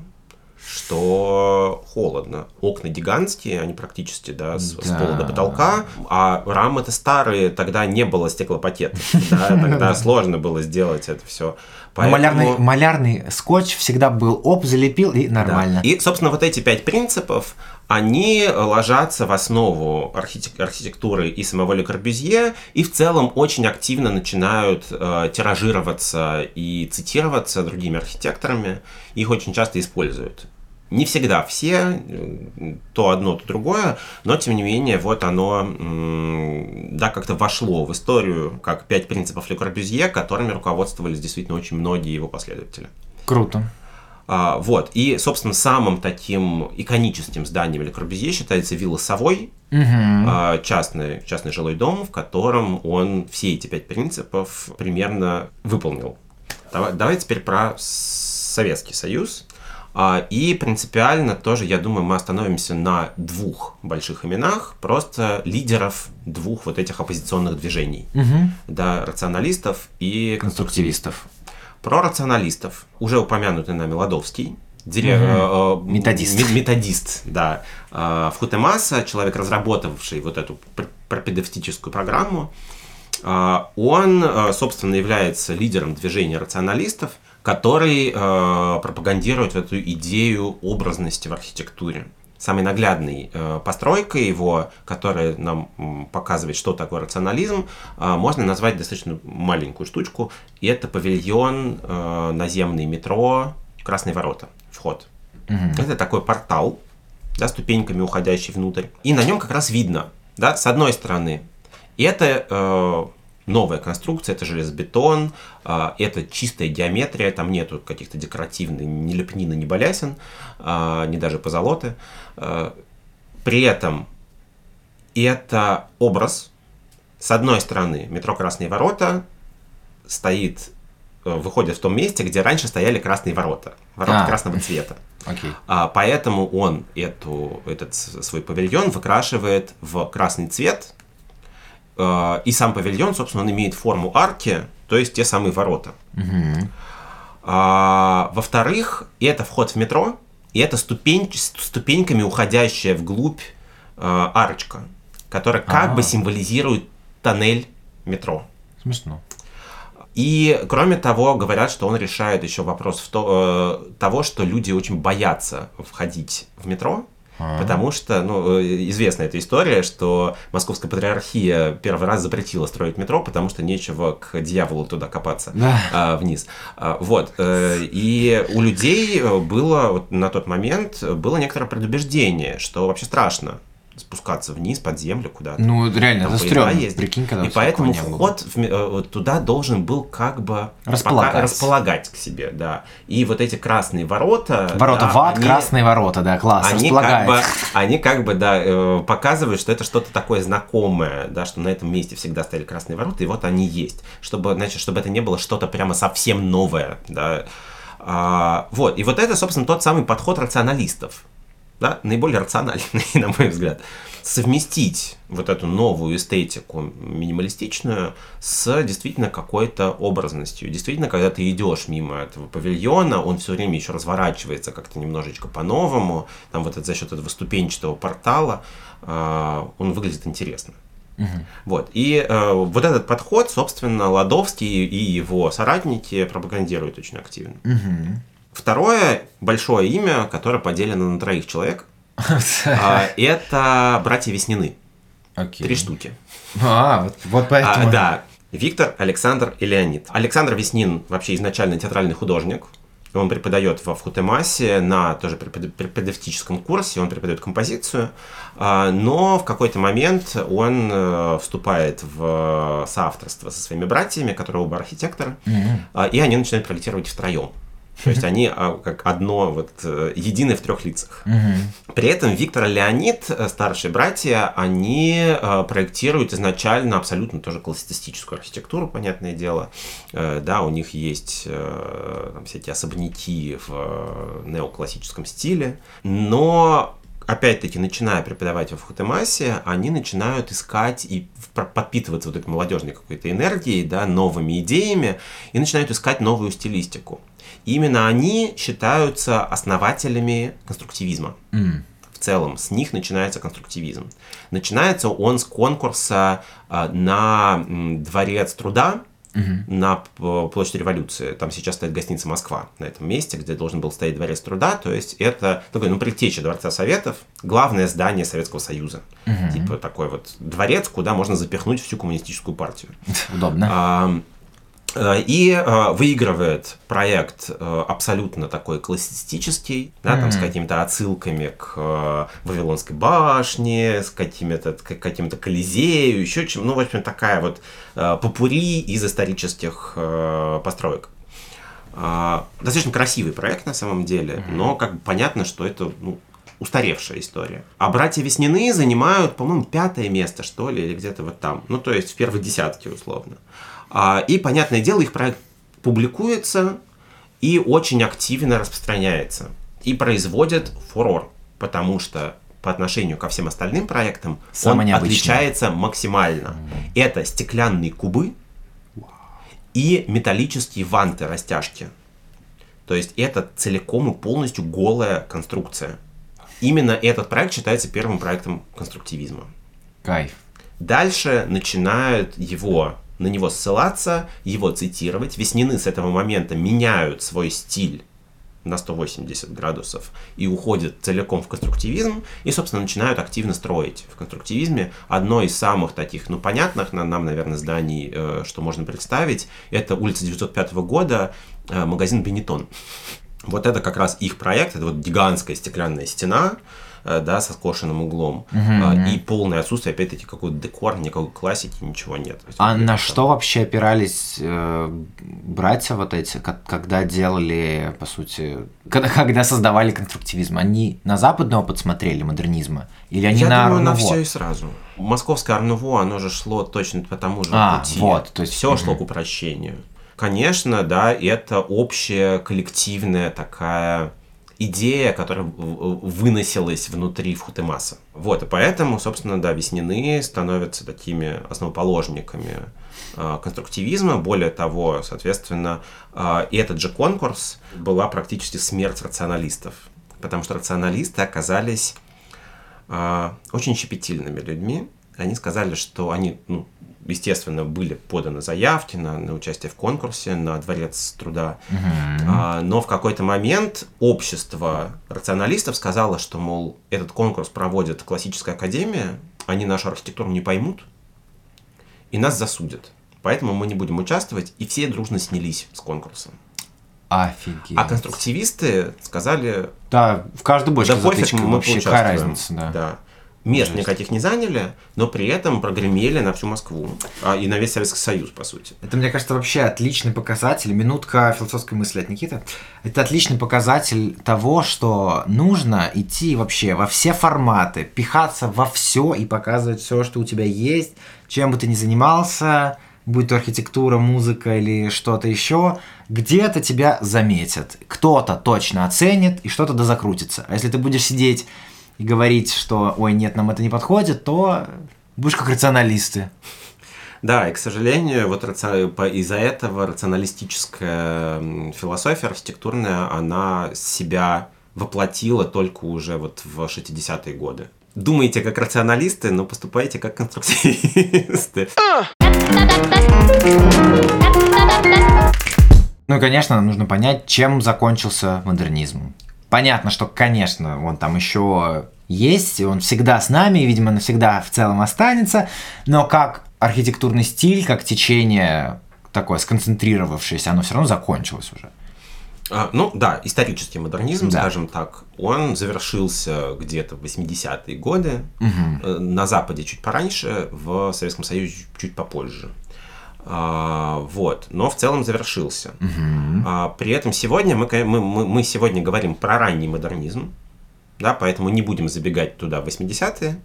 Что холодно. Окна гигантские, они практически да, с, да. с пола до потолка, а рамы-то старые, тогда не было стеклопакетов. Да, тогда сложно было сделать это все. Поэтому... Малярный, малярный скотч всегда был, оп, залепил и нормально. Да. И, собственно, вот эти пять принципов, они ложатся в основу архитек- архитектуры и самого Ле Корбюзье, и в целом очень активно начинают э, тиражироваться и цитироваться другими архитекторами. Их очень часто используют. Не всегда все, то одно, то другое, но тем не менее вот оно да, как-то вошло в историю как пять принципов Ле Корбюзье, которыми руководствовались действительно очень многие его последователи. Круто. А, вот, и, собственно, самым таким иконическим зданием Ле Корбюзье считается вилла Совой, угу. а, частный, частный жилой дом, в котором он все эти пять принципов примерно выполнил. Давай, давай теперь про Советский Союз. И принципиально тоже, я думаю, мы остановимся на двух больших именах, просто лидеров двух вот этих оппозиционных движений, угу. да, рационалистов и конструктивистов. Про рационалистов уже упомянутый нами Ладовский, дирек... угу. методист. методист, да, Вхутемаса, человек, разработавший вот эту пропедевтическую программу, он, собственно, является лидером движения рационалистов, который э, пропагандирует эту идею образности в архитектуре. Самой наглядной э, постройкой его, которая нам м, показывает, что такое рационализм, э, можно назвать достаточно маленькую штучку. И это павильон э, наземный метро «Красные ворота», вход. Mm-hmm. Это такой портал, да, ступеньками уходящий внутрь. И на нем как раз видно, да, с одной стороны, это... Э, новая конструкция, это железобетон, это чистая геометрия, там нету каких-то декоративных ни лепнины, ни балясин, ни даже позолоты. При этом это образ. С одной стороны, метро «Красные ворота» стоит, выходит в том месте, где раньше стояли красные ворота, ворота а. красного цвета. Okay. Поэтому он эту, этот свой павильон выкрашивает в красный цвет. И сам павильон, собственно, он имеет форму арки, то есть те самые ворота. Uh-huh. А, во-вторых, это вход в метро, и это ступень, ступеньками уходящая вглубь а, арочка, которая как uh-huh. бы символизирует тоннель метро. Смешно. И, кроме того, говорят, что он решает еще вопрос в то, э, того, что люди очень боятся входить в метро. А-а-а. Потому что, ну, известна эта история, что Московская патриархия первый раз запретила строить метро, потому что нечего к дьяволу туда копаться, да. а, вниз. А, вот. И у людей было вот на тот момент было некоторое предубеждение, что вообще страшно спускаться вниз под землю куда-то. Ну, реально, это стрёмно. Прикинь, когда и поэтому вход в, туда должен был как бы располагать. Пока, располагать к себе, да. И вот эти красные ворота... Ворота да, в ад, они, красные ворота, да, класс, они как бы, они как бы, да, показывают, что это что-то такое знакомое, да, что на этом месте всегда стояли красные ворота, и вот они есть. Чтобы, значит, чтобы это не было что-то прямо совсем новое, да. А, вот, и вот это, собственно, тот самый подход рационалистов. Да, наиболее рациональный, на мой взгляд, совместить вот эту новую эстетику минималистичную с действительно какой-то образностью. Действительно, когда ты идешь мимо этого павильона, он все время еще разворачивается как-то немножечко по-новому, там вот это, за счет этого ступенчатого портала э, он выглядит интересно. Uh-huh. Вот. И э, вот этот подход, собственно, Ладовский и его соратники пропагандируют очень активно. Uh-huh. Второе большое имя, которое поделено на троих человек, это братья Веснины. Окей. Три штуки. А, вот, вот поэтому. А, да. Виктор, Александр и Леонид. Александр Веснин вообще изначально театральный художник. Он преподает во ВХУТЭМАСе на тоже преподавательском курсе, он преподает композицию, но в какой-то момент он вступает в соавторство со своими братьями, которые оба архитекторы, mm-hmm. и они начинают проектировать втроем. То есть они как одно, вот, единое в трех лицах. Угу. При этом Виктор и Леонид, старшие братья, они проектируют изначально абсолютно тоже классицистическую архитектуру, понятное дело. Да, у них есть там, всякие особняки в неоклассическом стиле. Но, опять-таки, начиная преподавать во ВХУТЭМАСе, они начинают искать и подпитываться вот этой молодежной какой-то энергией, да, новыми идеями, и начинают искать новую стилистику. Именно они считаются основателями конструктивизма. Mm. В целом, с них начинается конструктивизм. Начинается он с конкурса э, на м, Дворец труда, mm-hmm. на площади Революции. Там сейчас стоит гостиница «Москва» на этом месте, где должен был стоять Дворец труда. То есть это такой, ну, предтеча Дворца Советов, главное здание Советского Союза. Mm-hmm. Типа такой вот дворец, куда можно запихнуть всю коммунистическую партию. Удобно. А, И э, выигрывает проект э, абсолютно такой классицистический, да, mm-hmm. там, с какими-то отсылками к э, Вавилонской башне, с какими-то, к каким-то Колизею, еще чем, ну, в общем, такая вот э, попурри из исторических э, построек. Э, достаточно красивый проект на самом деле, mm-hmm. но как бы понятно, что это, ну, устаревшая история. А братья Веснины занимают, по-моему, пятое место, что ли, или где-то вот там, ну, то есть в первой десятке условно. И, понятное дело, их проект публикуется и очень активно распространяется. И производит фурор, потому что по отношению ко всем остальным проектам Самое он необычное. Отличается максимально. Mm-hmm. Это стеклянные кубы wow. и металлические ванты-растяжки. То есть это целиком и полностью голая конструкция. Именно этот проект считается первым проектом конструктивизма. Кайф. Дальше начинают его... на него ссылаться, его цитировать. Веснины с этого момента меняют свой стиль на сто восемьдесят градусов и уходят целиком в конструктивизм, и, собственно, начинают активно строить в конструктивизме. Одно из самых таких, ну, понятных нам, наверное, зданий, э, что можно представить, это улица девятьсот пятого года, э, магазин «Бенетон». Вот это как раз их проект, это вот гигантская стеклянная стена, да, со скошенным углом, uh-huh. и полное отсутствие, опять-таки, какой-то декор, никакой классики, ничего нет. А на что вообще опирались э, братья вот эти, когда делали, по сути, когда, когда создавали конструктивизм? Они на западный опыт смотрели модернизма? Или они Я на думаю, Ар-Нуво? на все и сразу. Московское Ар-Нуво, оно же шло точно по тому же а, пути. Вот, то есть... Все uh-huh. шло к упрощению. Конечно, да, это общая коллективная такая... идея, которая выносилась внутри ВХУТЭМАСа. Вот, и поэтому, собственно, да, Веснины становятся такими основоположниками э, конструктивизма. Более того, соответственно, э, и этот же конкурс была практически смерть рационалистов, потому что рационалисты оказались э, очень щепетильными людьми. Они сказали, что они, ну, естественно, были поданы заявки на, на участие в конкурсе, на Дворец труда. Mm-hmm. А, но в какой-то момент общество рационалистов сказало, что, мол, этот конкурс проводит классическая академия, они нашу архитектуру не поймут и нас засудят. Поэтому мы не будем участвовать, и все дружно снялись с конкурса. Офигеть. А конструктивисты сказали... Да, в каждую бочку да затычка, мы вообще, какая разница, да. да. Мест Жесть. Никаких не заняли, но при этом прогремели на всю Москву. А, и на весь Советский Союз, по сути. Это, мне кажется, вообще отличный показатель. Минутка философской мысли от Никиты. Это отличный показатель того, что нужно идти вообще во все форматы, пихаться во все и показывать все, что у тебя есть, чем бы ты ни занимался, будь то архитектура, музыка или что-то еще, где-то тебя заметят. Кто-то точно оценит и что-то дозакрутится. А если ты будешь сидеть и говорить, что «ой, нет, нам это не подходит», то будешь как рационалисты. Да, и, к сожалению, вот из-за этого рационалистическая философия архитектурная, она себя воплотила только уже вот в шестидесятые годы. Думаете как рационалисты, но поступаете как конструктивисты. Ну и, конечно, нужно понять, чем закончился модернизм. Понятно, что, конечно, вон там еще есть, он всегда с нами, и, видимо, навсегда в целом останется, но как архитектурный стиль, как течение такое сконцентрировавшееся, оно все равно закончилось уже. А, ну да, исторический модернизм, да. скажем так, он завершился где-то в восьмидесятые годы, угу. на Западе чуть пораньше, в Советском Союзе чуть попозже. А, вот, но в целом завершился. Угу. А, при этом сегодня мы, мы, мы сегодня говорим про ранний модернизм, да, поэтому не будем забегать туда в восьмидесятые.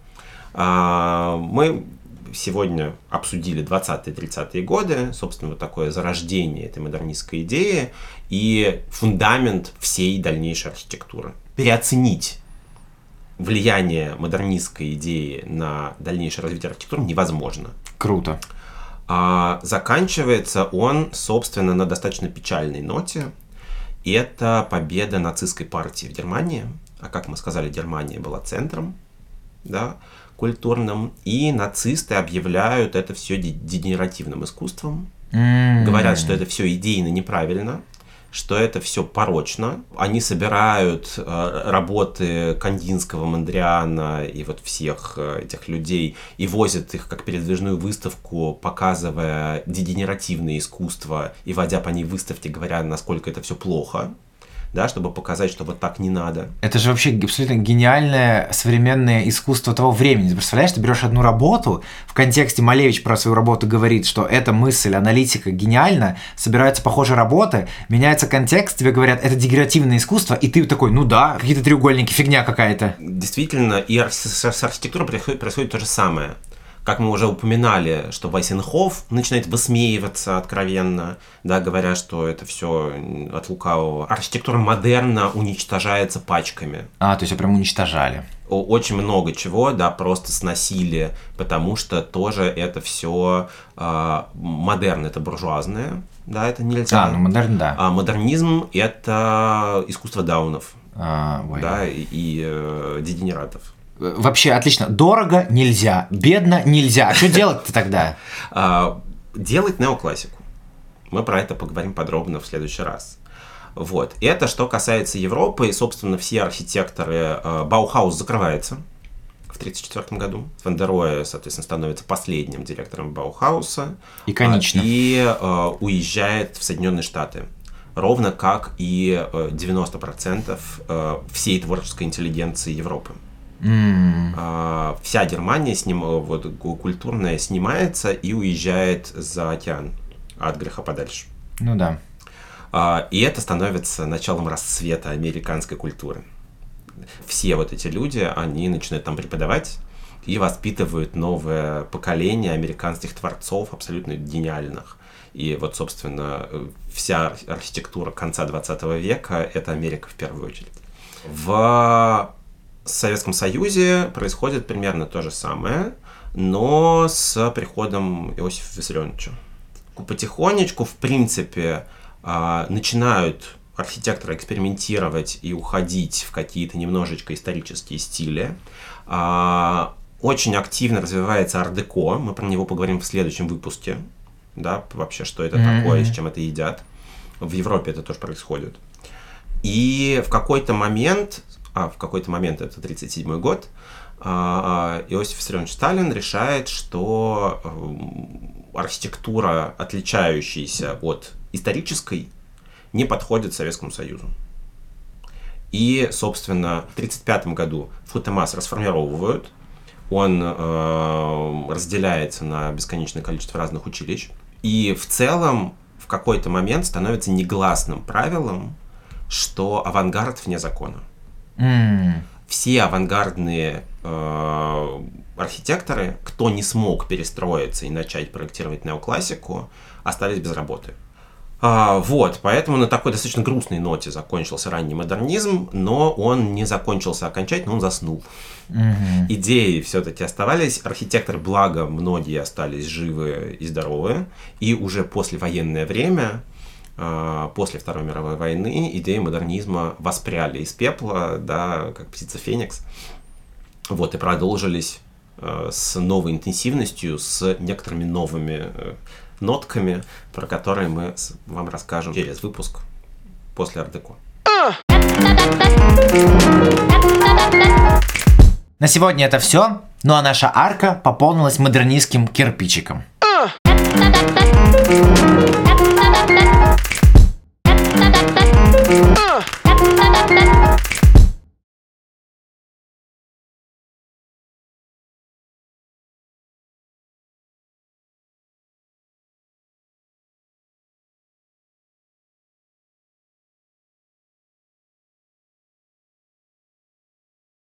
А, мы сегодня обсудили двадцатые-тридцатые годы, собственно, вот такое зарождение этой модернистской идеи и фундамент всей дальнейшей архитектуры. Переоценить влияние модернистской идеи на дальнейшее развитие архитектуры невозможно. Круто. А заканчивается он, собственно, на достаточно печальной ноте. Это победа нацистской партии в Германии. А как мы сказали, Германия была центром, да, культурным, и нацисты объявляют это все дегенеративным искусством, Mm-hmm. говорят, что это все идейно неправильно, что это все порочно. Они собирают э, работы Кандинского, Мондриана и вот всех э, этих людей и возят их как передвижную выставку, показывая дегенеративное искусство и водя по ней выставки, говоря, насколько это все плохо. Да, чтобы показать, что вот так не надо. Это же вообще абсолютно гениальное современное искусство того времени. Ты представляешь, ты берешь одну работу, в контексте Малевич про свою работу говорит, что эта мысль, аналитика гениальна, собираются похожие работы, меняется контекст, тебе говорят, это дегенеративное искусство, и ты такой, ну да, какие-то треугольники, фигня какая-то. Действительно, и с архитектурой происходит, происходит то же самое. Как мы уже упоминали, что Вайсенхоф начинает высмеиваться откровенно, да, говоря, что это все от лукавого. Архитектура модерна уничтожается пачками. А, то есть ее прям уничтожали. Очень много чего, да, просто сносили, потому что тоже это все э, модерн, это буржуазное, да, это нельзя. А, ну модерн, да. А модернизм – это искусство даунов, а, да, и, и э, дегенератов. Вообще отлично. Дорого нельзя, бедно нельзя. А что делать-то тогда? Делать неоклассику. Мы про это поговорим подробно в следующий раз. Вот. Это что касается Европы. И, собственно, все архитекторы... Баухаус закрывается в тридцать четвёртом году. Ван дер Роэ, соответственно, становится последним директором Баухауса. Иконично. И уезжает в Соединенные Штаты. Ровно как и девяносто процентов всей творческой интеллигенции Европы. Mm. А, вся Германия сним, вот, культурная снимается и уезжает за океан от греха подальше. Ну да. А, и это становится началом расцвета американской культуры. Все вот эти люди, они начинают там преподавать и воспитывают новое поколение американских творцов, абсолютно гениальных. И вот, собственно, вся архитектура конца двадцатого века – это Америка в первую очередь. В В Советском Союзе происходит примерно то же самое, но с приходом Иосифа Виссарионовича. Потихонечку, в принципе, начинают архитекторы экспериментировать и уходить в какие-то немножечко исторические стили. Очень активно развивается ар-деко, мы про него поговорим в следующем выпуске, да, вообще, что это mm-hmm. такое, с чем это едят. В Европе это тоже происходит. И в какой-то момент... А в какой-то момент, это тридцать седьмой год, Иосиф Виссарионович Сталин решает, что архитектура, отличающаяся от исторической, не подходит Советскому Союзу. И, собственно, в тридцать пятом году Футемас расформировывают, он разделяется на бесконечное количество разных училищ, и в целом в какой-то момент становится негласным правилом, что авангард вне закона. Mm. Все авангардные э, архитекторы, кто не смог перестроиться и начать проектировать неоклассику, остались без работы. А, вот, поэтому на такой достаточно грустной ноте закончился ранний модернизм, но он не закончился окончательно, он заснул. Mm-hmm. Идеи все-таки оставались, архитекторы, благо, многие остались живы и здоровы, и уже послевоенное время... После Второй мировой войны идеи модернизма воспряли из пепла, да, как птица Феникс, вот, и продолжились э, с новой интенсивностью, с некоторыми новыми э, нотками, про которые мы с, вам расскажем через выпуск после ар-деко. На сегодня это все, ну а наша арка пополнилась модернистским кирпичиком.